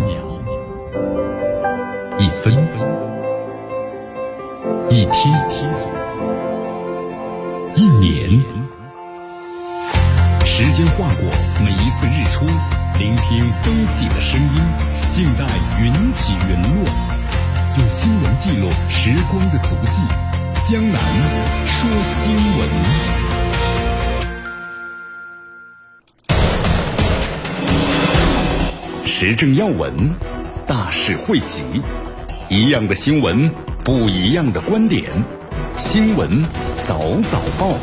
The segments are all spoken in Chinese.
一分，一天，一年，时间划过每一次日出，聆听风起的声音，静待云起云落，用新闻记录时光的足迹。江南说新闻。时政要闻，大事汇集，一样的新闻，不一样的观点。新闻早早报，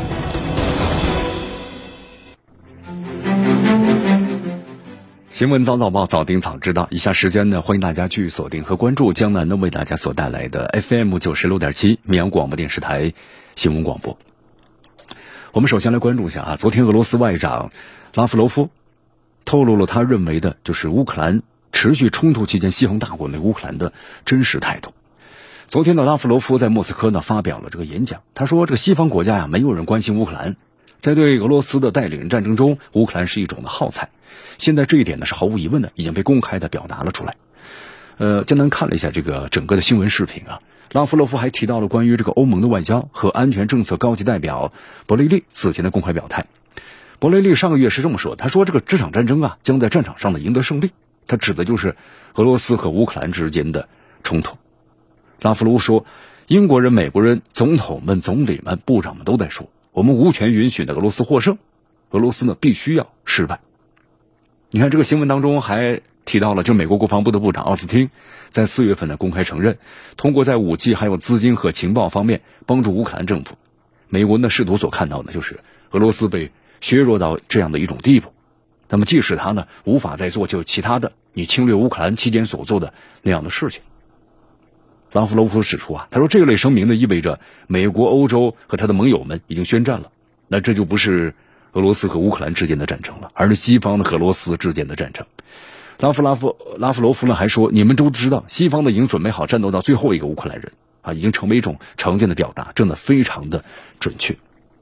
新闻早早报，早听早知道。以下时间呢，欢迎大家继续锁定和关注江南呢为大家所带来的 FM 96.7绵阳广播电视台新闻广播。我们首先来关注一下啊，昨天俄罗斯外长拉夫罗夫透露了他认为的就是乌克兰持续冲突期间西方大国对乌克兰的真实态度。昨天呢，拉夫罗夫在莫斯科呢发表了这个演讲，他说这个西方国家没有人关心乌克兰，在对俄罗斯的代理人战争中，乌克兰是一种的耗材。现在这一点呢是毫无疑问的已经被公开的表达了出来。江南看了一下这个整个的新闻视频啊，拉夫罗夫还提到了关于这个欧盟的外交和安全政策高级代表博雷利此前的公开表态。博雷利上个月是这么说，他说这场战争将在战场上的赢得胜利，他指的就是俄罗斯和乌克兰之间的冲突。拉夫罗夫说，英国人、美国人、总统们、总理们、部长们都在说，我们无权允许的俄罗斯获胜，俄罗斯呢必须要失败。你看这个新闻当中还提到了，就美国国防部的部长奥斯汀在4月份呢公开承认，通过在武器还有资金和情报方面帮助乌克兰政府，美国呢试图所看到的就是俄罗斯被削弱到这样的一种地步。那么即使他呢无法再做就其他的你侵略乌克兰期间所做的那样的事情。拉夫罗夫指出啊，他说这类声明呢意味着美国、欧洲和他的盟友们已经宣战了，那这就不是俄罗斯和乌克兰之间的战争了，而是西方的和俄罗斯之间的战争。拉夫罗夫呢还说，你们都知道西方的已经准备好战斗到最后一个乌克兰人啊，已经成为一种常见的表达，真的非常的准确。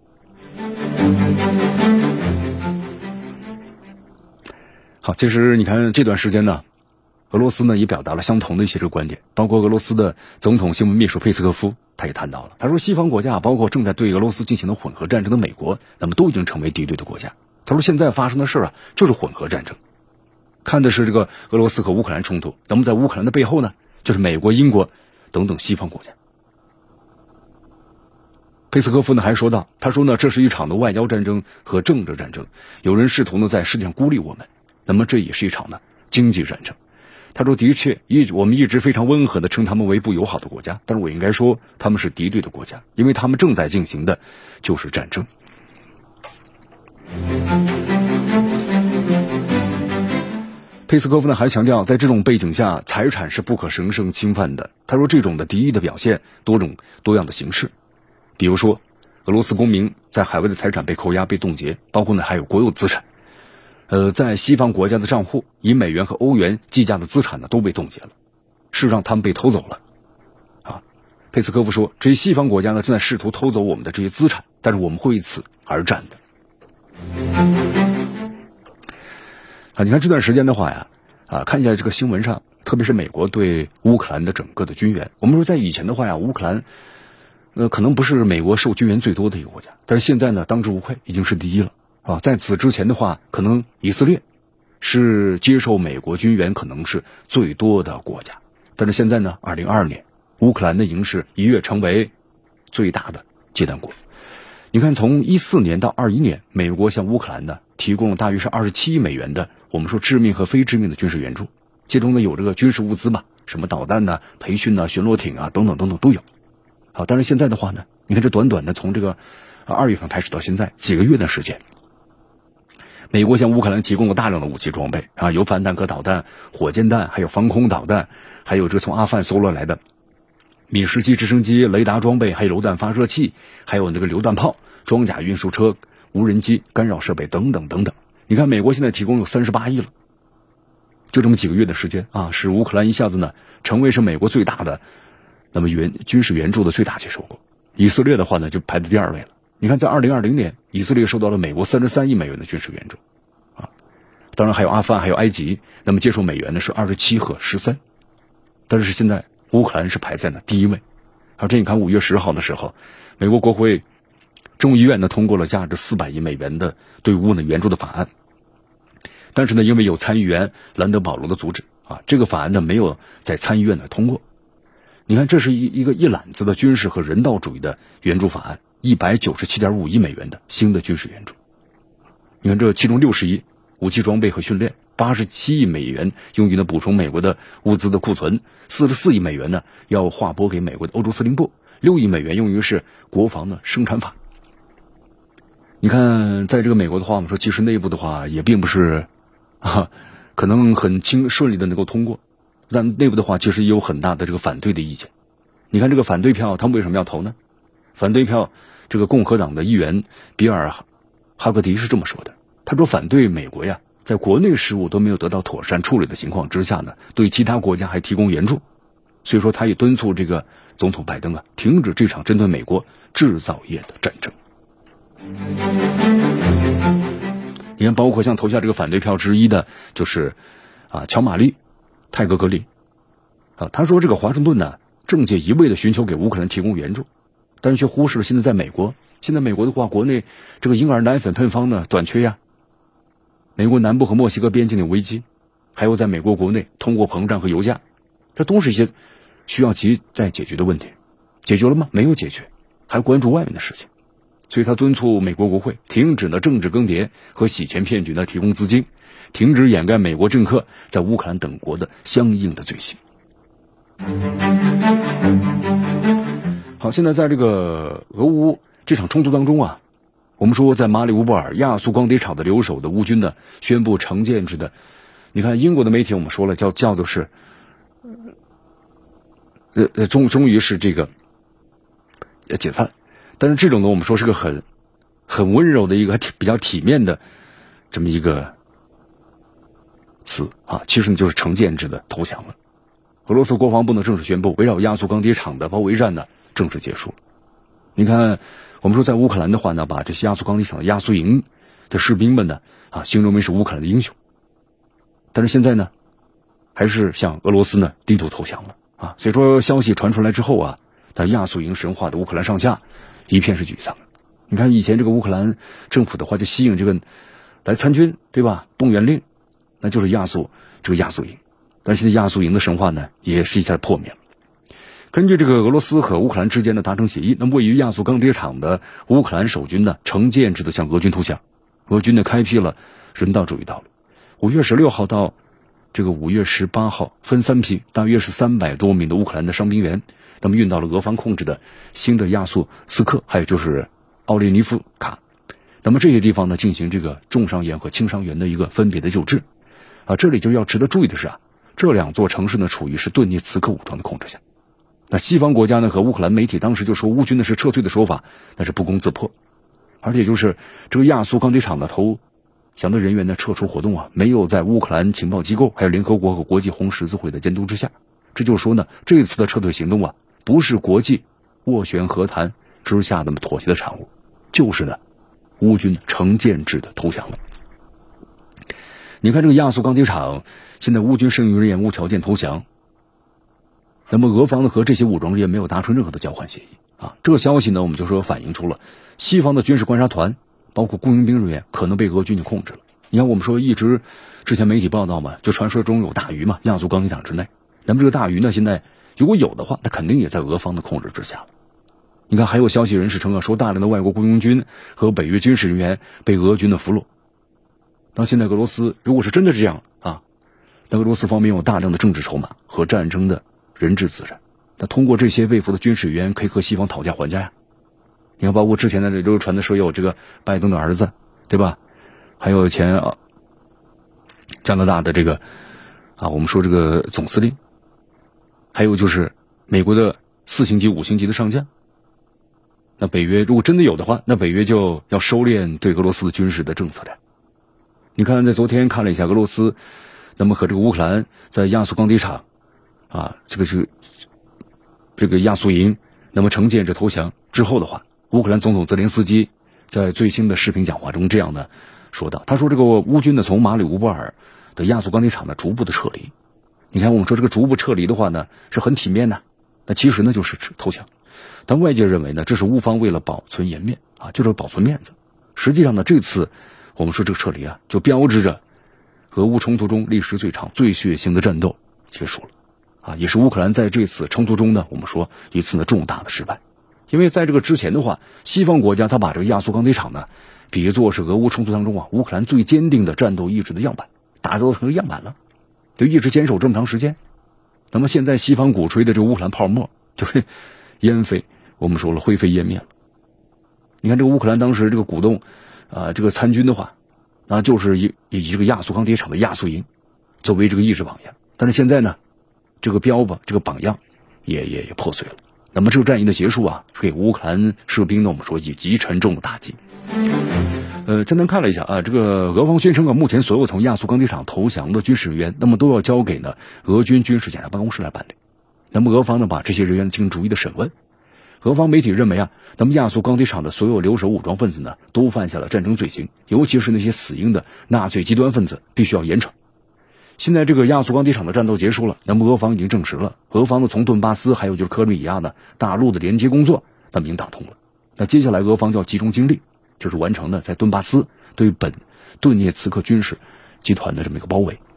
好，其实你看这段时间呢，俄罗斯呢也表达了相同的一些观点，包括俄罗斯的总统新闻秘书佩斯科夫他也谈到了，他说西方国家包括正在对俄罗斯进行的混合战争的美国，那么都已经成为敌对的国家。他说现在发生的事就是混合战争，看的是这个俄罗斯和乌克兰冲突，那么在乌克兰的背后呢就是美国、英国等等西方国家。佩斯科夫呢还说到，他说呢这是一场的外交战争和政治战争，有人试图呢在世界上孤立我们，那么这也是一场呢经济战争。他说的确我们一直非常温和地称他们为不友好的国家，但是我应该说他们是敌对的国家，因为他们正在进行的就是战争。佩斯科夫呢还强调，在这种背景下财产是不可神圣侵犯的。他说这种的敌意的表现多样的形式，比如说俄罗斯公民在海外的财产被扣押被冻结，包括呢还有国有资产在西方国家的账户以美元和欧元计价的资产呢都被冻结了，事实上他们被偷走了啊。佩斯科夫说，这些西方国家呢正在试图偷走我们的这些资产，但是我们会为此而战的。你看这段时间的话呀，看一下这个新闻上，特别是美国对乌克兰的整个的军援。我们说在以前的话呀，乌克兰可能不是美国受军援最多的一个国家，但是现在呢当之无愧已经是第一了啊。在此之前的话，可能以色列是接受美国军援可能是最多的国家，但是现在呢2022年乌克兰呢已经是一跃成为最大的接单国。你看从14年到21年，美国向乌克兰呢提供了大约是27亿美元的我们说致命和非致命的军事援助，其中呢有这个军事物资嘛，什么导弹呢、培训呢、巡逻艇啊等等等等都有。好，但是现在的话呢，你看这短短的从这个2月份开始到现在几个月的时间，美国向乌克兰提供了大量的武器装备啊，有反坦克导弹、火箭弹，还有防空导弹，还有这从阿富汗搜罗来的米17直升机、雷达装备，还有榴弹发射器，还有那个榴弹炮、装甲运输车、无人机、干扰设备等等等等。你看美国现在提供有38亿了，就这么几个月的时间啊，使乌克兰一下子呢成为是美国最大的那么军事援助的最大接受国。以色列的话呢就排在第2位了。你看在2020年以色列受到了美国33亿美元的军事援助啊， 当然还有阿富汗，还有埃及，那么接受美元呢是27和13，但是现在乌克兰是排在了第一位。而这你看5月10号的时候，美国国会众议院呢通过了价值400亿美元的对乌呢援助的法案，但是呢因为有参议员兰德保罗的阻止啊，这个法案呢没有在参议院呢通过。你看这是一个一揽子的军事和人道主义的援助法案，197.5亿美元的新的军事援助。你看这其中60亿武器装备和训练，87亿美元用于呢补充美国的物资的库存，44亿美元呢要划拨给美国的欧洲司令部，6亿美元用于是国防的生产法。你看在这个美国的话，我们说其实内部的话也并不是可能很顺利的能够通过，但内部的话其实也有很大的这个反对的意见。你看这个反对票他们为什么要投呢？反对票这个共和党的议员比尔哈格迪是这么说的，他说反对美国呀在国内事务都没有得到妥善处理的情况之下呢，对其他国家还提供援助，所以说他也敦促这个总统拜登啊停止这场针对美国制造业的战争。你看包括像投下这个反对票之一的就是乔玛丽泰格格里他说这个华盛顿呢政界一味的寻求给乌克兰提供援助，但是却忽视了现在美国的话，国内这个婴儿奶粉配方呢短缺呀，美国南部和墨西哥边境的危机，还有在美国国内通货膨胀和油价，这都是一些需要急待解决的问题。解决了吗？没有解决，还关注外面的事情。所以他敦促美国国会停止了政治更迭和洗钱骗局呢提供资金，停止掩盖美国政客在乌克兰等国的相应的罪行。好，现在在这个俄乌这场冲突当中啊，我们说在马里乌波尔亚速钢铁厂的留守的乌军呢宣布成建制的，你看英国的媒体我们说了叫做是终于是这个解散，但是这种呢我们说是个很温柔的一个比较体面的这么一个词啊，其实呢就是成建制的投降了。俄罗斯国防部呢正式宣布围绕亚速钢铁厂的包围战呢正式结束。你看我们说在乌克兰的话呢，把这些亚速钢铁厂的亚速营的士兵们呢形容为是乌克兰的英雄，但是现在呢还是向俄罗斯呢低头投降了啊。所以说消息传出来之后啊，在亚速营神话的乌克兰上下一片是沮丧。你看以前这个乌克兰政府的话就吸引这个来参军对吧，动员令，那就是亚速营，但是现在亚速营的神话呢也是一下破灭了。根据这个俄罗斯和乌克兰之间的达成协议，那么位于亚速钢铁厂的乌克兰守军呢成建制的向俄军投降，俄军呢开辟了人道主义道路。5月16号到这个5月18号分3批，大约是300多名的乌克兰的伤兵员，那么运到了俄方控制的新的亚速斯克还有就是奥列尼夫卡，那么这些地方呢进行这个重伤员和轻伤员的一个分别的救治这里就要值得注意的是这2座城市呢处于是顿涅茨克武装的控制下。那西方国家呢和乌克兰媒体当时就说乌军呢是撤退的说法，那是不攻自破，而且就是这个亚速钢铁厂的投降的人员呢撤出活动没有在乌克兰情报机构还有联合国和国际红十字会的监督之下。这就是说呢这次的撤退行动不是国际斡旋和谈之下那么妥协的产物，就是呢乌军成建制的投降了。你看这个亚速钢铁厂现在乌军剩余人员无条件投降，那么俄方呢和这些武装人员没有达成任何的交换协议这个消息呢我们就说反映出了西方的军事观察团包括雇佣兵人员可能被俄军控制了。你看我们说一直之前媒体报道嘛，就传说中有大鱼嘛，亚速钢铁厂之内，那么这个大鱼呢现在如果有的话，那肯定也在俄方的控制之下了。你看还有消息人士称说大量的外国雇佣军和北约军事人员被俄军的俘虏。当现在俄罗斯如果是真的这样那俄罗斯方面有大量的政治筹码和战争的人质资产，那通过这些被俘的军事人员可以和西方讨价还价呀。你看包括之前的流传的说有这个拜登的儿子对吧，还有前加拿大的这个我们说这个总司令，还有就是美国的4星级5星级的上将。那北约如果真的有的话，那北约就要收敛对俄罗斯的军事的政策的。你看在昨天看了一下俄罗斯那么和这个乌克兰在亚速钢铁厂这个亚速营那么成建制投降之后的话，乌克兰总统泽连斯基在最新的视频讲话中这样的说到，他说这个乌军呢从马里乌波尔的亚速钢铁厂呢逐步的撤离。你看我们说这个逐步撤离的话呢是很体面的，那其实呢就是投降。但外界认为呢这是乌方为了保存颜面啊，就是保存面子。实际上呢这次我们说这个撤离啊，就标志着俄乌冲突中历时最长最血腥的战斗结束了啊，也是乌克兰在这次冲突中呢我们说一次呢重大的失败。因为在这个之前的话，西方国家他把这个亚速钢铁厂呢比作是俄乌冲突当中啊乌克兰最坚定的战斗意志的样板，打造成个样板了，就一直坚守这么长时间。那么现在西方鼓吹的这个乌克兰泡沫就是烟飞，我们说了灰飞烟灭了。你看这个乌克兰当时这个鼓动这个参军的话，那就是以这个亚速钢铁厂的亚速营作为这个意志榜样。但是现在呢这个这个榜样也破碎了。那么这个战役的结束啊，是给乌克兰士兵呢我们说以极沉重的打击。简单看了一下啊，这个俄方宣称啊，目前所有从亚速钢铁厂投降的军事人员，那么都要交给呢俄军军事检察办公室来办理。那么俄方呢把这些人员进行逐一的审问。俄方媒体认为啊，那么亚速钢铁厂的所有留守武装分子呢，都犯下了战争罪行，尤其是那些死硬的纳粹极端分子，必须要严惩。现在这个亚速钢铁厂的战斗结束了，那么俄方已经证实了，俄方呢从顿巴斯还有就是克里米亚的大陆的连接工作，那么已经打通了。那接下来俄方就要集中精力，就是完成呢在顿巴斯对本顿涅茨克军事集团的这么一个包围。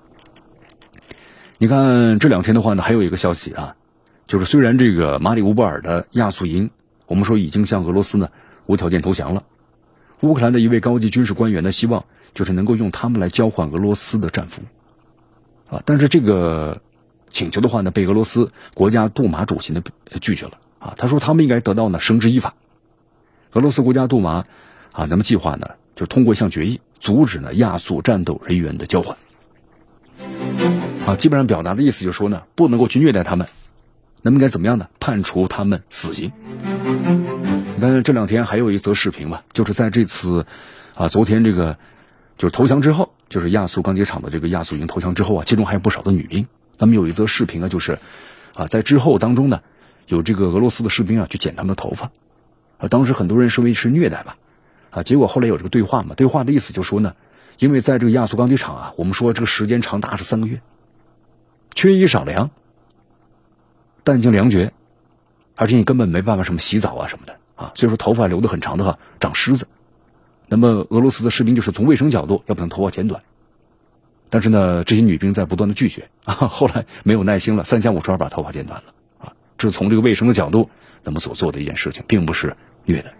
你看这两天的话呢，还有一个消息啊，就是虽然这个马里乌波尔的亚速营，我们说已经向俄罗斯呢无条件投降了，乌克兰的一位高级军事官员呢希望就是能够用他们来交换俄罗斯的战俘啊，但是这个请求的话呢，被俄罗斯国家杜马主席呢拒绝了啊。他说他们应该得到呢绳之以法。俄罗斯国家杜马啊，那么计划呢就通过一项决议，阻止呢亚速战斗人员的交换啊，基本上表达的意思就是说呢，不能够去虐待他们，那么应该怎么样呢？判处他们死刑。你看这两天还有一则视频嘛，就是在这次昨天这个就是投降之后，就是亚速钢铁厂的这个亚速营投降之后啊，其中还有不少的女兵。那么有一则视频啊，就是在之后当中呢，有这个俄罗斯的士兵啊去剪他们的头发当时很多人认为是虐待吧结果后来有这个对话嘛，对话的意思就是说呢，因为在这个亚速钢铁厂我们说这个时间长达是3个月，缺衣少粮，弹尽粮绝，而且你根本没办法什么洗澡什么的所以说头发留得很长的话长虱子。那么俄罗斯的士兵就是从卫生角度要把头发剪短，但是呢这些女兵在不断的拒绝后来没有耐心了，3下5除2把头发剪短了这是从这个卫生的角度那么所做的一件事情，并不是虐待。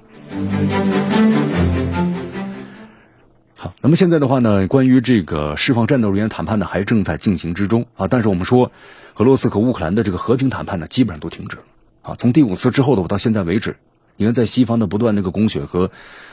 好，那么现在的话呢，关于这个释放战斗人员谈判呢还正在进行之中但是我们说俄罗斯和乌克兰的这个和平谈判呢基本上都停止了从第5次之后的到现在为止，你看在西方的不断那个拱血和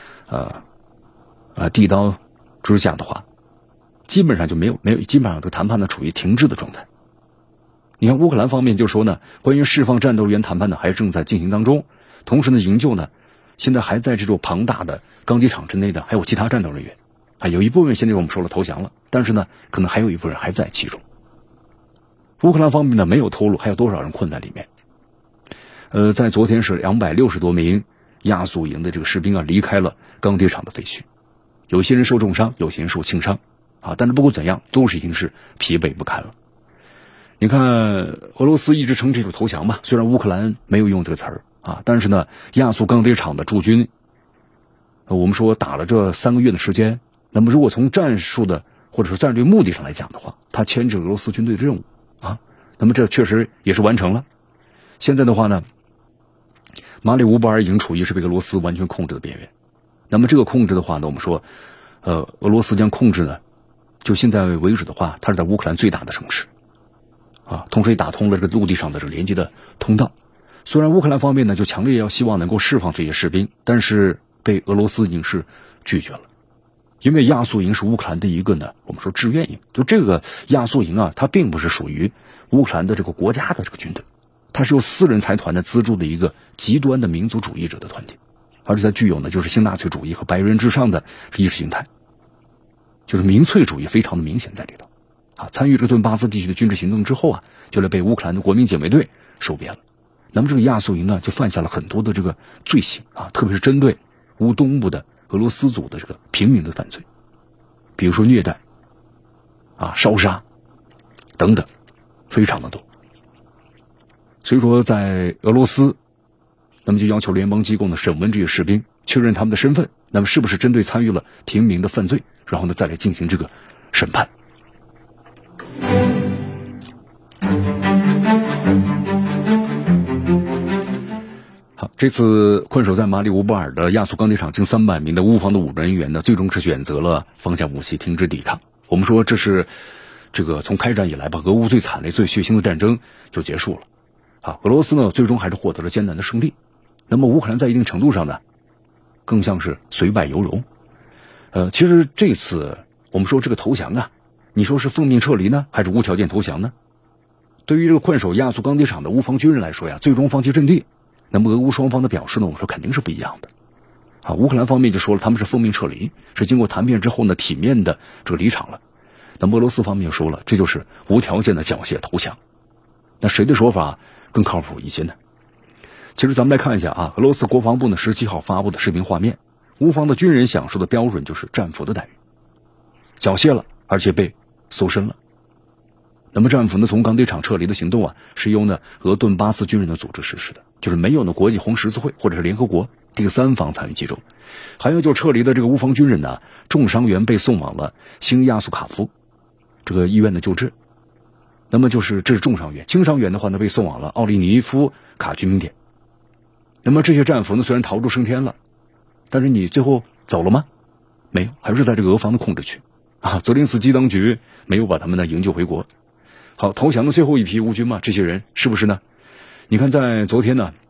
递刀之下的话，基本上就没有基本上这个谈判呢处于停滞的状态。你看乌克兰方面就说呢，关于释放战斗人员谈判呢还正在进行当中，同时呢营救呢现在还在这种庞大的钢铁厂之内的还有其他战斗人员有一部分现在我们说了投降了，但是呢可能还有一部分人还在其中。乌克兰方面呢没有透露还有多少人困在里面。在昨天是260多名亚速营的这个士兵离开了钢铁厂的废墟，有些人受重伤，有些人受轻伤但是不管怎样都是已经是疲惫不堪了。你看俄罗斯一直称这种投降嘛，虽然乌克兰没有用这个词儿但是呢亚速钢铁厂的驻军我们说打了这3个月的时间，那么如果从战术的或者是战略目的上来讲的话，他牵制俄罗斯军队的任务那么这确实也是完成了。现在的话呢，马里乌波尔已经处于是被俄罗斯完全控制的边缘。那么这个控制的话呢，我们说俄罗斯将控制呢，就现在为止的话，它是在乌克兰最大的城市同时也打通了这个陆地上的这个连接的通道。虽然乌克兰方面呢就强烈要希望能够释放这些士兵，但是被俄罗斯已经是拒绝了。因为亚速营是乌克兰的一个呢我们说志愿营，就这个亚速营它并不是属于乌克兰的这个国家的这个军队，它是由私人财团的资助的一个极端的民族主义者的团体，而且它具有呢就是新纳粹主义和白人至上的意识形态，就是民粹主义非常的明显在里头参与这个顿巴斯地区的军事行动之后就被乌克兰的国民警卫队收编了。那么这个亚速营呢就犯下了很多的这个罪行特别是针对乌东部的俄罗斯族的这个平民的犯罪比如说虐待烧杀等等，非常的多。所以说在俄罗斯，那么就要求联邦机构呢审问这些士兵，确认他们的身份，那么是不是针对参与了平民的犯罪，然后呢再来进行这个审判。好，这次困守在马里乌波尔的亚速钢铁厂近300名的乌方的武装人员呢，最终是选择了放下武器，停止抵抗。我们说这是这个从开战以来吧，俄乌最惨烈、最血腥的战争就结束了。俄罗斯呢最终还是获得了艰难的胜利。那么乌克兰在一定程度上呢，更像是虽败犹荣。其实这次我们说这个投降你说是奉命撤离呢，还是无条件投降呢？对于这个困守亚速钢铁厂的乌方军人来说最终放弃阵地，那么俄乌双方的表示呢，我说肯定是不一样的。乌克兰方面就说了，他们是奉命撤离，是经过谈判之后呢，体面的这个离场了。那么俄罗斯方面就说了，这就是无条件的缴械投降。那谁的说法更靠谱一些呢？其实咱们来看一下俄罗斯国防部呢17号发布的视频画面，乌方的军人享受的标准就是战俘的待遇，缴械了，而且被搜身了。那么战俘呢从钢铁厂撤离的行动是由呢俄顿巴斯军人的组织实施的，就是没有呢国际红十字会或者是联合国第三方参与其中。还有就撤离的这个乌方军人呢，重伤员被送往了新亚速卡夫这个医院的救治。那么就是这是重伤员，轻伤员的话呢被送往了奥利尼夫卡居民点。那么这些战俘呢虽然逃出升天了，但是你最后走了吗？没有，还是在这个俄方的控制区泽连斯基当局没有把他们呢营救回国。好，投降的最后一批乌军嘛，这些人是不是呢？你看在昨天呢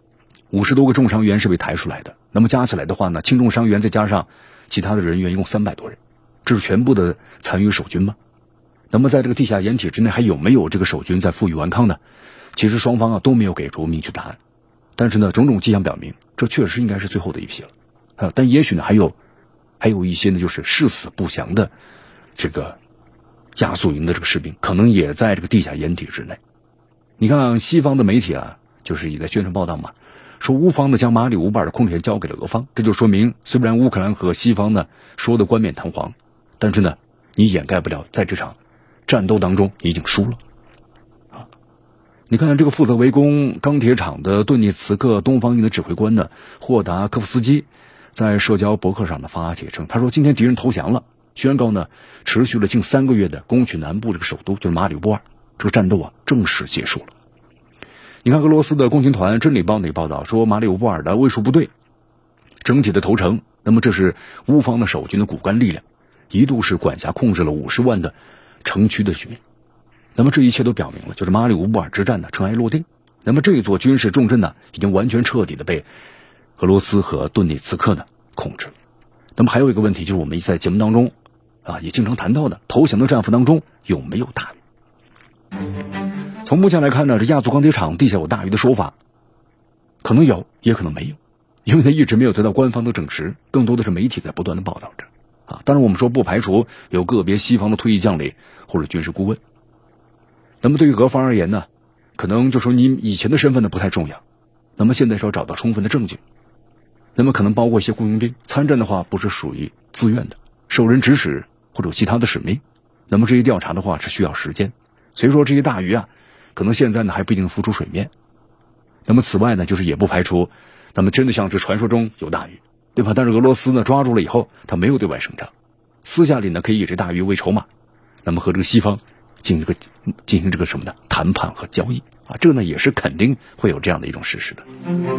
50多个重伤员是被抬出来的，那么加起来的话呢，轻重伤员再加上其他的人员一共300多人，这是全部的残余守军吗？那么在这个地下掩体之内还有没有这个守军在负隅顽抗呢？其实双方都没有给出明确答案，但是呢种种迹象表明这确实应该是最后的一批了但也许呢还有一些呢就是誓死不降的这个亚速营的这个士兵，可能也在这个地下掩体之内。你看西方的媒体就是也在宣传报道嘛，说乌方呢将马里乌波尔的控制权交给了俄方，这就说明虽然乌克兰和西方呢说的冠冕堂皇，但是呢你掩盖不了在这场战斗当中已经输了你看这个负责围攻钢铁厂的顿涅茨克东方营的指挥官呢霍达科夫斯基在社交博客上的发帖称，他说今天敌人投降了，宣告呢持续了近3个月的攻取南部这个首都就是马里乌波尔，这个战斗正式结束了。你看俄罗斯的共青团真理报那报道说，马里乌波尔的卫戍部队整体的投诚，那么这是乌方的守军的骨干力量，一度是管辖控制了50万的城区的居民。那么这一切都表明了，就是马里乌波尔之战呢尘埃落定，那么这一座军事重镇呢已经完全彻底的被俄罗斯和顿涅茨克呢控制了。那么还有一个问题，就是我们在节目当中也经常谈到的，投降的战俘当中有没有大鱼？从目前来看呢，这亚速钢铁厂地下有大鱼的说法可能有也可能没有，因为它一直没有得到官方的证实，更多的是媒体在不断的报道着当然我们说不排除有个别西方的退役将领或者军事顾问。那么对于俄方而言呢，可能就说你以前的身份呢不太重要，那么现在是要找到充分的证据，那么可能包括一些雇佣兵参战的话不是属于自愿的，受人指使或者有其他的使命，那么这些调查的话是需要时间，所以说这些大鱼可能现在呢还不一定浮出水面。那么此外呢，就是也不排除那么真的像是传说中有大鱼，对吧？但是俄罗斯呢抓住了以后，他没有对外声张，私下里呢可以以这大鱼为筹码，那么和这个西方进行这个什么呢谈判和交易这呢也是肯定会有这样的一种事实的。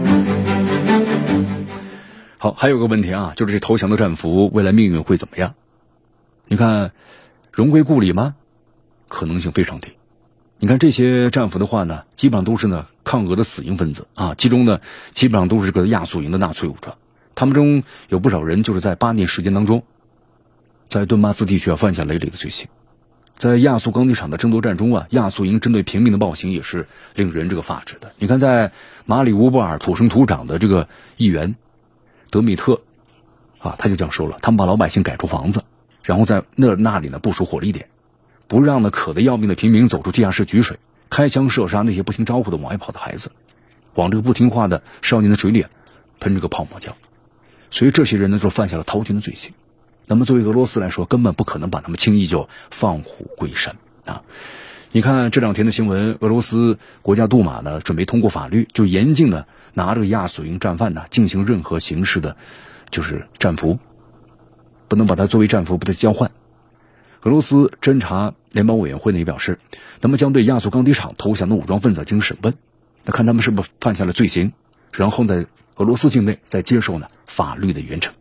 好，还有个问题就是这投降的战俘未来命运会怎么样？你看荣归故里吗？可能性非常低。你看这些战俘的话呢，基本上都是呢抗俄的死硬分子其中呢基本上都是这个亚速营的纳粹武装，他们中有不少人就是在8年时间当中在顿巴斯地区犯下累累的罪行。在亚速钢铁厂的争夺战中亚速营针对平民的暴行也是令人这个发指的。你看在马里乌波尔土生土长的这个议员德米特他就这样说了，他们把老百姓赶出房子，然后在那里呢部署火力点，不让呢渴得要命的平民走出地下室取水，开枪射杀那些不听招呼的往外跑的孩子，往这个不听话的少年的嘴里喷这个泡沫胶。所以这些人呢就犯下了滔天的罪行。 那么作为俄罗斯来说，根本不可能把他们轻易就放虎归山啊！你看这2天的新闻，俄罗斯国家杜马呢准备通过法律，就严禁的拿这个亚速营战犯呢进行任何形式的，就是战俘，不能把它作为战俘不得交换。俄罗斯侦察联邦委员会呢也表示，那么将对亚速钢铁厂投降的武装分子进行审问，那看他们是不是犯下了罪行，然后在俄罗斯境内再接受呢法律的严惩。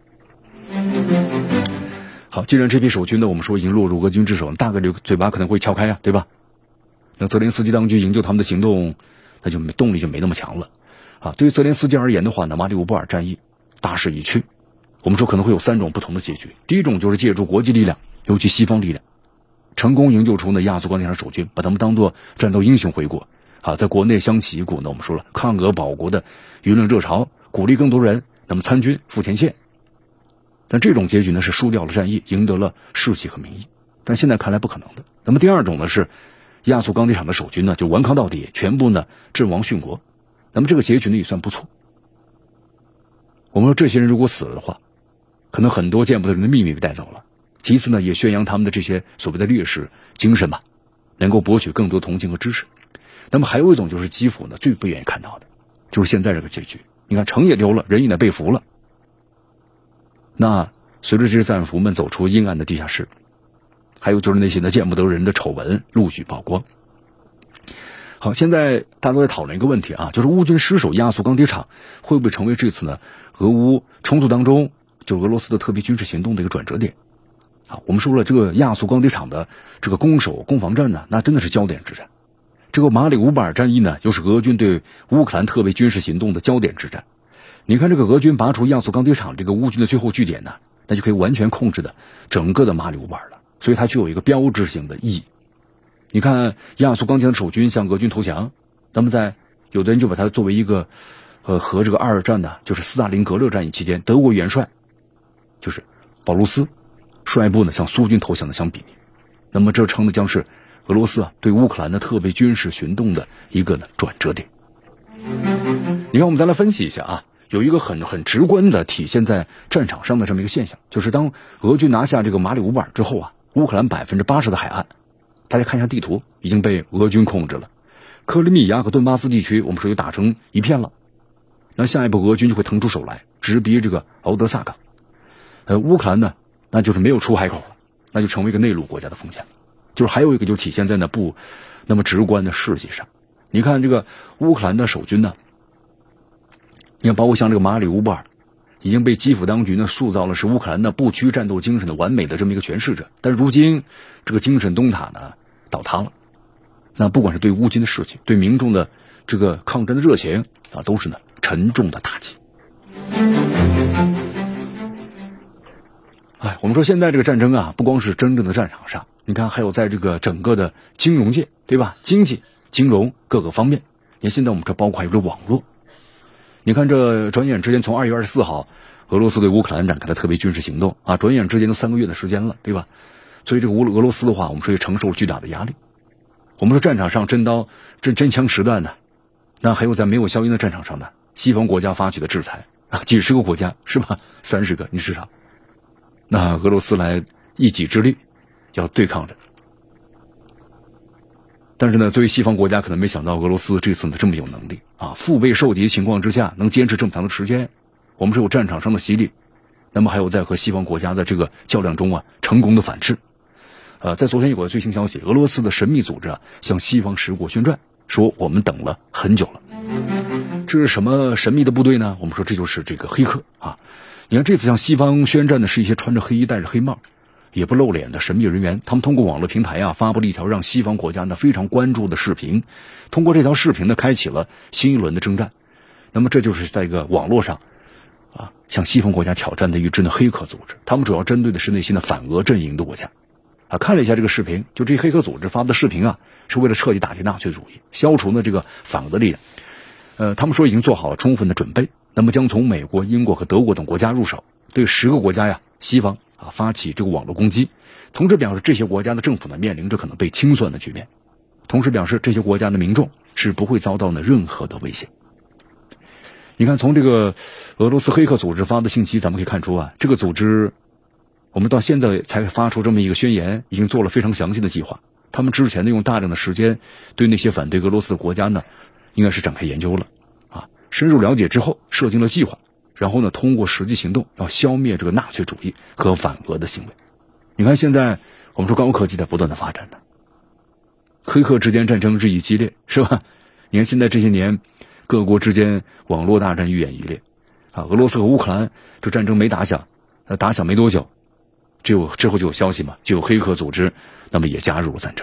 好，既然这批守军呢，我们说已经落入俄军之手，大概率嘴巴可能会撬开呀，对吧？那泽连斯基当局营救他们的行动，那就动力就没那么强了啊。对于泽连斯基而言的话呢，马里乌波尔战役大势已去，我们说可能会有3种不同的结局。第一种就是借助国际力量，尤其西方力量，成功营救出呢亚速钢铁厂守军，把他们当作战斗英雄回国啊，在国内掀起一股呢我们说了抗俄保国的舆论热潮，鼓励更多人那么参军赴前线。但这种结局呢是输掉了战役，赢得了士气和民意，但现在看来不可能的。那么第2种呢是亚速钢铁厂的守军呢就顽抗到底，全部呢阵亡殉国。那么这个结局呢也算不错。我们说这些人如果死了的话，可能很多见不得人的秘密被带走了。其次呢也宣扬他们的这些所谓的烈士精神吧，能够博取更多同情和支持。那么还有一种就是基辅呢最不愿意看到的，就是现在这个结局。你看城也丢了，人也被俘了。那随着这些战俘们走出阴暗的地下室，还有就是那些见不得人的丑闻陆续曝光。好，现在大家都在讨论一个问题啊，就是乌军失守亚速钢铁厂会不会成为这次呢俄乌冲突当中就俄罗斯的特别军事行动的一个转折点啊？我们说了，这个亚速钢铁厂的这个攻防战呢，那真的是焦点之战。这个马里乌波尔战役呢，又是俄军对乌克兰特别军事行动的焦点之战。你看这个俄军拔除亚速钢铁厂这个乌军的最后据点呢，那就可以完全控制的整个的马里乌波尔了，所以它具有一个标志性的意义。你看亚速钢铁厂的守军向俄军投降，那么在有的人就把它作为一个和这个2战呢，就是斯大林格勒战役期间德国元帅就是保卢斯率部呢向苏军投降的相比拟。那么这成的将是俄罗斯对乌克兰的特别军事行动的一个呢转折点。你看我们再来分析一下啊，有一个很直观的体现在战场上的这么一个现象，就是当俄军拿下这个马里乌波尔之后啊，乌克兰80%的海岸，大家看一下地图，已经被俄军控制了。克里米亚和顿巴斯地区我们说就打成一片了。那下一步俄军就会腾出手来直逼这个敖德萨港。乌克兰呢，那就是没有出海口了，那就成为一个内陆国家的风险了。就是还有一个就体现在呢不那么直观的事迹上。你看这个乌克兰的守军呢，你看包括像这个马里乌波尔已经被基辅当局呢塑造了是乌克兰的不屈战斗精神的完美的这么一个诠释者，但如今这个精神灯塔呢倒塌了。那不管是对乌军的士气，对民众的这个抗战的热情啊，都是呢沉重的打击。我们说现在这个战争啊，不光是真正的战场上，你看还有在这个整个的金融界，对吧？经济、金融各个方面，你看现在我们这包括还有这网络。你看这转眼之间，从2月24号，俄罗斯对乌克兰展开了特别军事行动啊，转眼之间都3个月的时间了，对吧？所以这个俄罗斯的话，我们说也承受巨大的压力。我们说战场上真枪实弹的，那还有在没有硝烟的战场上呢，西方国家发起的制裁啊，几十个国家是吧？30个，你至少。那俄罗斯来一己之力要对抗着。但是呢，作为西方国家可能没想到俄罗斯这次呢这么有能力啊，腹背受敌的情况之下能坚持这么长的时间。我们是有战场上的洗礼，那么还有在和西方国家的这个较量中啊成功的反制。在昨天有个最新消息，俄罗斯的神秘组织向西方10国宣战，说我们等了很久了。这是什么神秘的部队呢？我们说这就是这个黑客啊。你看这次向西方宣战的是一些穿着黑衣戴着黑帽也不露脸的神秘人员，他们通过网络平台发布了一条让西方国家呢非常关注的视频，通过这条视频呢开启了新一轮的征战。那么这就是在一个网络上向西方国家挑战的一支呢黑客组织，他们主要针对的是那些呢反俄阵营的国家看了一下这个视频，就这黑客组织发布的视频是为了彻底打击纳粹主义，消除呢这个反俄的力量。他们说已经做好了充分的准备，那么将从美国、英国和德国等国家入手，对10个国家西方发起这个网络攻击。同时表示这些国家的政府呢面临着可能被清算的局面，同时表示这些国家的民众是不会遭到呢任何的威胁。你看从这个俄罗斯黑客组织发的信息咱们可以看出这个组织我们到现在才发出这么一个宣言，已经做了非常详细的计划。他们之前呢用大量的时间对那些反对俄罗斯的国家呢，应该是展开研究了深入了解之后设定了计划，然后呢通过实际行动要消灭这个纳粹主义和反俄的行为。你看现在我们说高科技在不断的发展呢，黑客之间战争日益激烈，是吧？你看现在这些年各国之间网络大战愈演愈烈俄罗斯和乌克兰这战争没打响，打响没多久，之后就有消息嘛，就有黑客组织那么也加入了战争。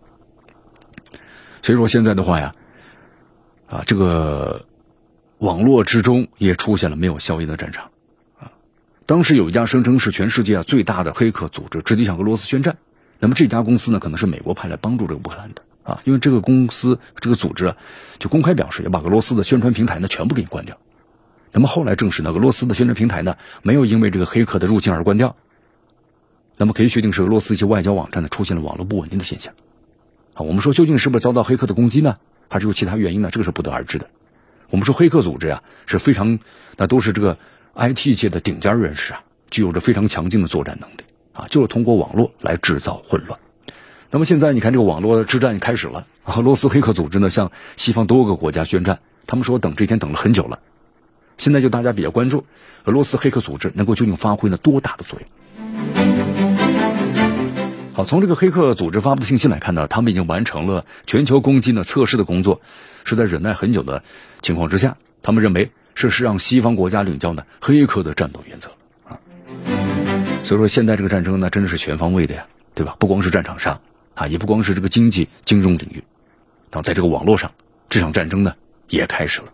所以说现在的话呀这个网络之中也出现了没有硝烟的战场当时有一家声称是全世界最大的黑客组织直接向俄罗斯宣战，那么这家公司呢可能是美国派来帮助这个乌克兰的因为这个公司这个组织就公开表示要把俄罗斯的宣传平台呢全部给关掉。那么后来证实呢，俄罗斯的宣传平台呢没有因为这个黑客的入侵而关掉。那么可以确定是俄罗斯一些外交网站呢出现了网络不稳定的现象我们说究竟是不是遭到黑客的攻击呢，还是有其他原因呢？这个是不得而知的。我们说黑客组织是非常都是这个 IT 界的顶尖人士具有着非常强劲的作战能力就是通过网络来制造混乱。那么现在你看这个网络之战开始了，俄罗斯黑客组织呢向西方多个国家宣战，他们说等这天等了很久了。现在就大家比较关注俄罗斯黑客组织能够究竟发挥了多大的作用。好，从这个黑客组织发布的信息来看呢，他们已经完成了全球攻击呢测试的工作，是在忍耐很久的情况之下，他们认为是让西方国家领教呢黑客的战斗原则所以说现在这个战争呢真的是全方位的呀，对吧？不光是战场上也不光是这个经济金融领域，在这个网络上这场战争呢也开始了。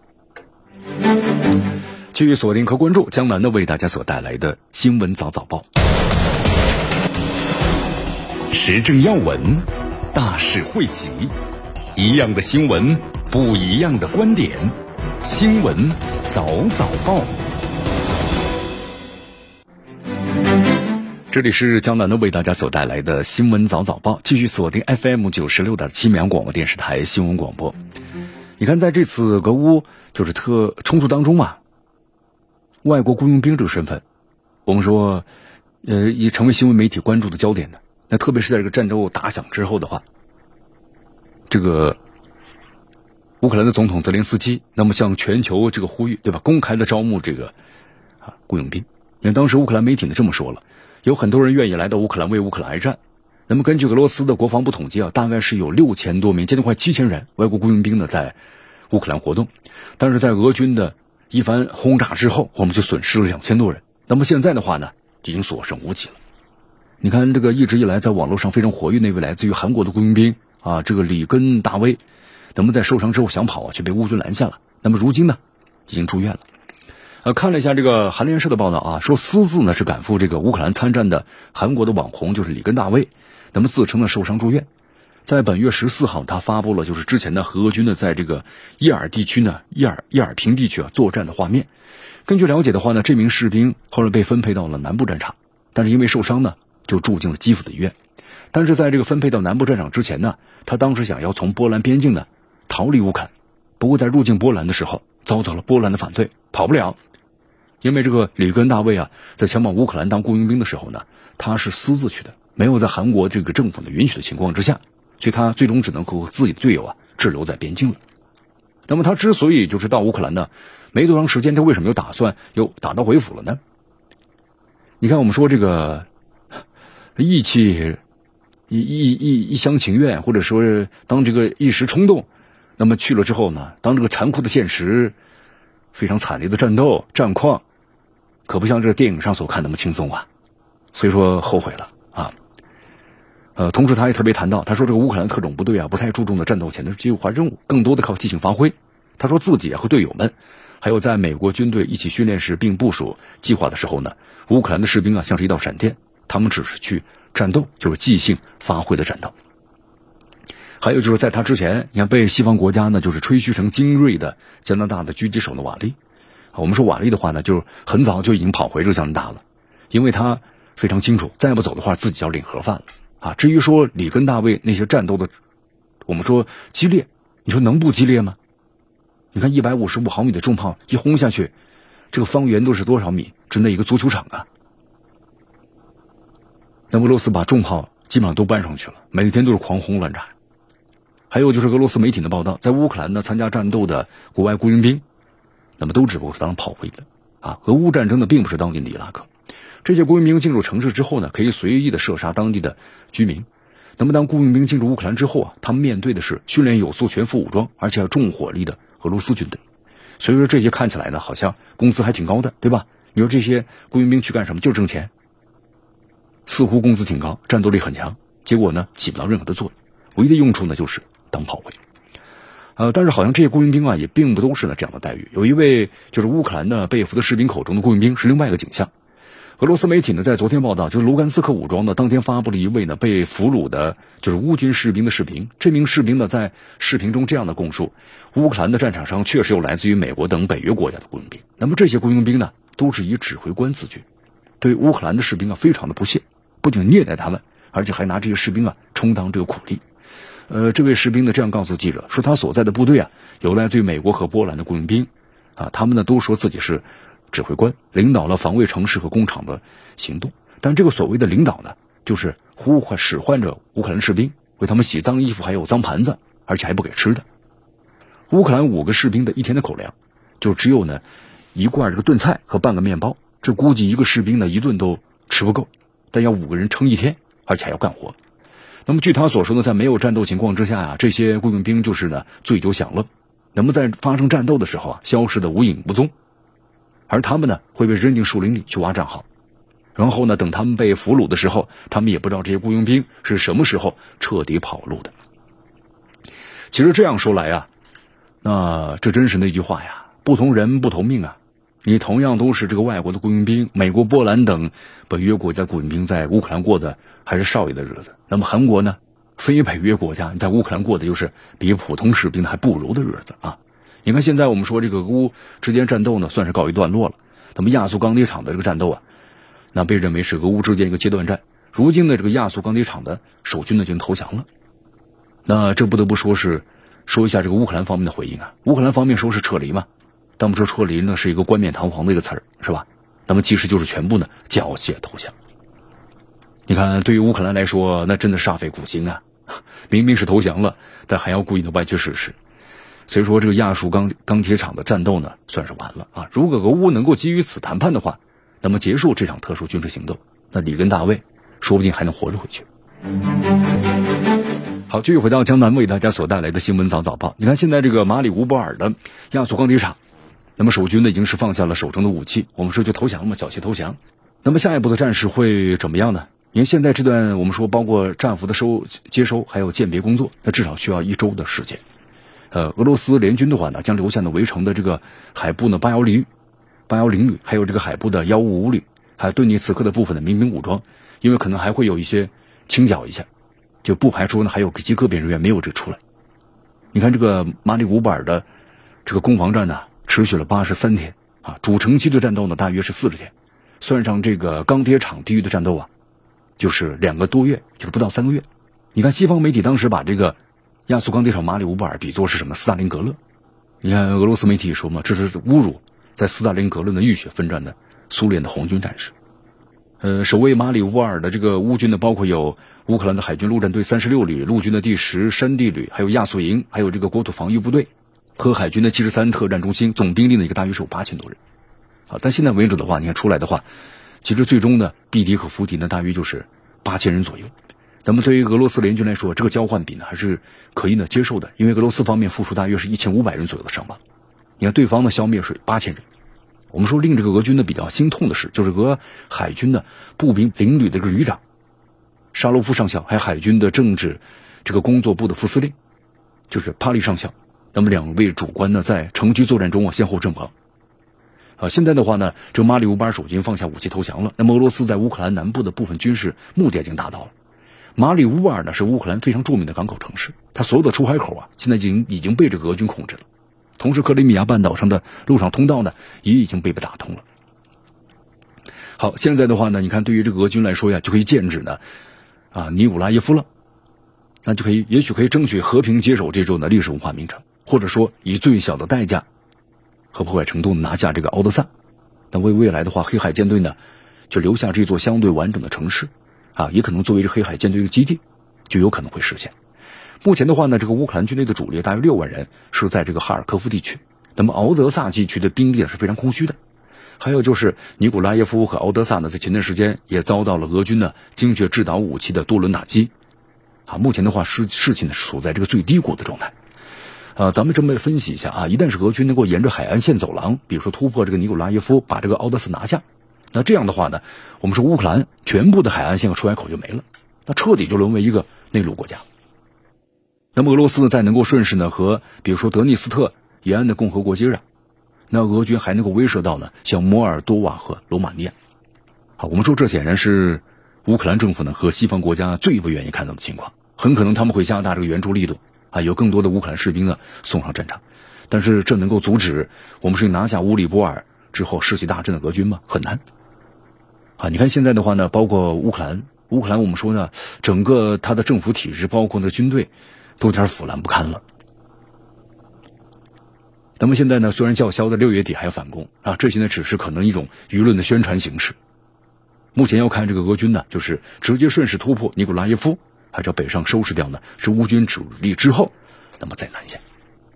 继续锁定和关注江南呢为大家所带来的新闻早早报，时政要闻，大事汇集，一样的新闻，不一样的观点，新闻早早报。这里是江南的为大家所带来的新闻早早报，继续锁定 FM 96.7绵阳广播电视台新闻广播。你看在这次俄乌就是冲突当中外国雇佣兵这个身份，我们说也成为新闻媒体关注的焦点的。那特别是在这个战争打响之后的话，这个乌克兰的总统泽连斯基那么向全球这个呼吁，对吧？公开的招募这个雇佣兵。因为当时乌克兰媒体呢这么说了，有很多人愿意来到乌克兰为乌克兰而战。那么根据俄罗斯的国防部统计大概是有6000多名，接近快7000人外国雇佣兵呢在乌克兰活动。但是在俄军的一番轰炸之后，我们就损失了2000多人。那么现在的话呢，已经所剩无几了。你看这个一直以来在网络上非常活跃那位来自于韩国的雇佣兵这个里根大卫，那么在受伤之后想跑却被乌军拦下了。那么如今呢，已经住院了。看了一下这个韩联社的报道说私自呢是赶赴这个乌克兰参战的韩国的网红就是里根大卫，那么自称呢受伤住院。在本月14号，他发布了就是之前的和俄军呢在这个伊尔地区呢伊尔平地区作战的画面。根据了解的话呢，这名士兵后来被分配到了南部战场，但是因为受伤呢就住进了基辅的医院。但是在这个分配到南部战场之前呢，他当时想要从波兰边境呢逃离乌克兰，不过在入境波兰的时候遭到了波兰的反对，跑不了。因为这个里根大卫在前往乌克兰当雇佣兵的时候呢，他是私自去的，没有在韩国这个政府的允许的情况之下，所以他最终只能和自己的队友滞留在边境了。那么他之所以就是到乌克兰呢，没多长时间，他为什么又打算又打道回府了呢？你看我们说这个义气一厢情愿，或者说当这个一时冲动，那么去了之后呢，当这个残酷的现实非常惨烈的战斗战况可不像这个电影上所看那么轻松所以说后悔了同时他也特别谈到，他说这个乌克兰特种部队不太注重的战斗前的计划任务，更多的靠即兴发挥。他说自己和队友们还有在美国军队一起训练时并部署计划的时候呢，乌克兰的士兵像是一道闪电，他们只是去战斗，就是即兴发挥的战斗。还有就是在他之前，你看被西方国家呢就是吹嘘成精锐的加拿大的狙击手的瓦利。我们说瓦利的话呢，就是很早就已经跑回这个加拿大了，因为他非常清楚再不走的话自己要领盒饭了至于说里根大卫那些战斗的我们说激烈，你说能不激烈吗？你看155毫米的重炮一轰下去，这个方圆都是多少米之内一个足球场那俄罗斯把重炮基本上都搬上去了，每天都是狂轰乱炸。还有就是俄罗斯媒体的报道，在乌克兰呢参加战斗的国外雇佣兵，那么都只不过是当炮灰的啊。俄乌战争呢并不是当今的伊拉克，这些雇佣兵进入城市之后呢，可以随意的射杀当地的居民。那么当雇佣兵进入乌克兰之后啊，他们面对的是训练有素、全副武装，而且重火力的俄罗斯军队。所以说这些看起来呢，好像工资还挺高的，对吧？你说这些雇佣兵去干什么？就是挣钱，似乎工资挺高，战斗力很强，结果呢起不到任何的作用，唯一的用处呢就是当炮灰。但是好像这些雇佣兵啊也并不都是呢这样的待遇。有一位就是乌克兰的被俘的士兵口中的雇佣兵是另外一个景象。俄罗斯媒体呢在昨天报道，就是卢甘斯克武装呢当天发布了一位呢被俘虏的就是乌军士兵的视频。这名士兵呢在视频中这样的供述：乌克兰的战场上确实有来自于美国等北约国家的雇佣兵，那么这些雇佣兵呢都是以指挥官自居，对乌克兰的士兵啊非常的不屑，不仅虐待他们，而且还拿这些士兵啊充当这个苦力。这位士兵呢这样告诉记者说，他所在的部队啊有来自于美国和波兰的雇佣兵啊，他们呢都说自己是指挥官，领导了防卫城市和工厂的行动。但这个所谓的领导呢，就是使唤着乌克兰士兵，为他们洗脏衣服，还有脏盘子，而且还不给吃的。乌克兰5个士兵的一天的口粮就只有呢1罐这个炖菜和半个面包，这估计一个士兵呢一顿都吃不够，但要5个人撑1天，而且还要干活。那么据他所说呢，在没有战斗情况之下啊，这些雇佣兵就是呢醉酒享乐，那么在发生战斗的时候啊，消失的无影无踪。而他们呢会被扔进树林里去挖战壕，然后呢等他们被俘虏的时候，他们也不知道这些雇佣兵是什么时候彻底跑路的。其实这样说来啊，那这真是那句话呀，不同人不同命啊。你同样都是这个外国的雇佣兵，美国、波兰等北约国家雇佣兵在乌克兰过的还是少爷的日子，那么韩国呢，非北约国家在乌克兰过的就是比普通士兵还不如的日子啊。你看现在我们说这个俄乌之间战斗呢算是告一段落了，那么亚速钢铁厂的这个战斗啊，那被认为是俄乌之间一个阶段战。如今的这个亚速钢铁厂的守军呢已经投降了，那这不得不说一下这个乌克兰方面的回应啊。乌克兰方面说是撤离嘛，但我们说撤离呢是一个冠冕堂皇的一个词儿，是吧？那么其实就是全部呢缴械投降。你看对于乌克兰来说，那真的煞费苦心啊，明明是投降了，但还要故意的歪曲事实。所以说这个亚速钢铁厂的战斗呢算是完了啊。如果俄乌能够基于此谈判的话，那么结束这场特殊军事行动，那里根大卫说不定还能活着回去。好，继续回到江南为大家所带来的新闻早报。你看现在这个马里乌波尔的亚速钢铁厂，那么守军呢已经是放下了手中的武器，我们说就投降嘛，缴械投降。那么下一步的战事会怎么样呢？因为现在这段我们说包括战俘的接收还有鉴别工作，那至少需要1周的时间。俄罗斯联军的话呢，将留下呢围城的这个海部呢810旅，还有这个海部的155旅，还有顿涅茨克的部分的民兵武装，因为可能还会有一些清剿一下，就不排除呢还有极个别人员没有这出来。你看这个马里乌波尔的这个攻防战呢，持续了83天啊，主城区的战斗呢大约是40天，算上这个钢铁厂地域的战斗啊，就是2个多月，就是不到3个月。你看西方媒体当时把这个亚速钢铁厂马里乌波尔比作是什么斯大林格勒，你看俄罗斯媒体说嘛，这是侮辱在斯大林格勒的浴血奋战的苏联的红军战士。守卫马里乌波尔的这个乌军呢，包括有乌克兰的海军陆战队36旅、陆军的第10山地旅，还有亚速营，还有这个国土防御部队和海军的73特战中心，总兵力呢一个大约是有8000多人啊。但现在为止的话，你看出来的话，其实最终呢毙敌和俘敌呢大约就是8000人左右。那么对于俄罗斯联军来说，这个交换比呢还是可以呢接受的，因为俄罗斯方面付出大约是1500人左右的伤亡，你看对方呢消灭是8000人。我们说令这个俄军呢比较心痛的是，就是俄海军的步兵领旅的这个旅长沙洛夫上校，还有海军的政治这个工作部的副司令就是帕利上校，那么2位主官呢在城区作战中先后阵亡。现在的话呢，这个马里乌波尔守军放下武器投降了，那么俄罗斯在乌克兰南部的部分军事目的已经达到了。马里乌波尔呢是乌克兰非常著名的港口城市，它所有的出海口啊现在已经被这个俄军控制了，同时克里米亚半岛上的陆上通道呢也已经被打通了。好，现在的话呢，你看对于这个俄军来说呀，就可以剑指呢尼古拉耶夫了，那就也许可以争取和平接手这座的历史文化名城，或者说以最小的代价和破坏程度拿下这个敖德萨。那为未来的话，黑海舰队呢就留下这座相对完整的城市。 也可能作为这黑海舰队的基地，就有可能会实现。目前的话呢，这个乌克兰军队的主力大约6万人是在这个哈尔科夫地区，那么敖德萨地区的兵力是非常空虚的。还有就是尼古拉耶夫和敖德萨呢，在前段时间也遭到了俄军呢精确制导武器的多轮打击。目前的话事情呢处在这个最低谷的状态。咱们这么分析一下一旦是俄军能够沿着海岸线走廊，比如说突破这个尼古拉耶夫，把这个敖德萨拿下，那这样的话呢，我们说乌克兰全部的海岸线和出海口就没了，那彻底就沦为一个内陆国家。那么俄罗斯再能够顺势呢和比如说德涅斯特沿岸的共和国接壤，那俄军还能够威慑到呢像摩尔多瓦和罗马尼亚。我们说这显然是乌克兰政府呢和西方国家最不愿意看到的情况，很可能他们会加大这个援助力度有更多的乌克兰士兵呢送上战场。但是这能够阻止我们是拿下乌里波尔之后士气大振的俄军吗？很难。你看现在的话呢，包括乌克兰我们说呢，整个它的政府体制包括那军队都有点腐烂不堪了。那么现在呢，虽然叫嚣的6月底还要反攻这些呢只是可能一种舆论的宣传形式。目前要看这个俄军呢，就是直接顺势突破尼古拉耶夫，还是要北上收拾掉呢是乌军主力之后，那么再南下。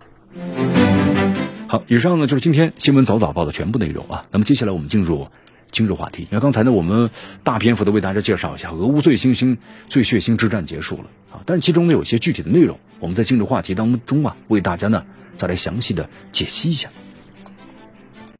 好，以上呢就是今天新闻早早报的全部内容那么接下来我们进入今日话题。因为刚才呢我们大篇幅的为大家介绍一下俄乌最血腥之战结束了但是其中呢有些具体的内容，我们在今日话题当中为大家呢再来详细的解析一下。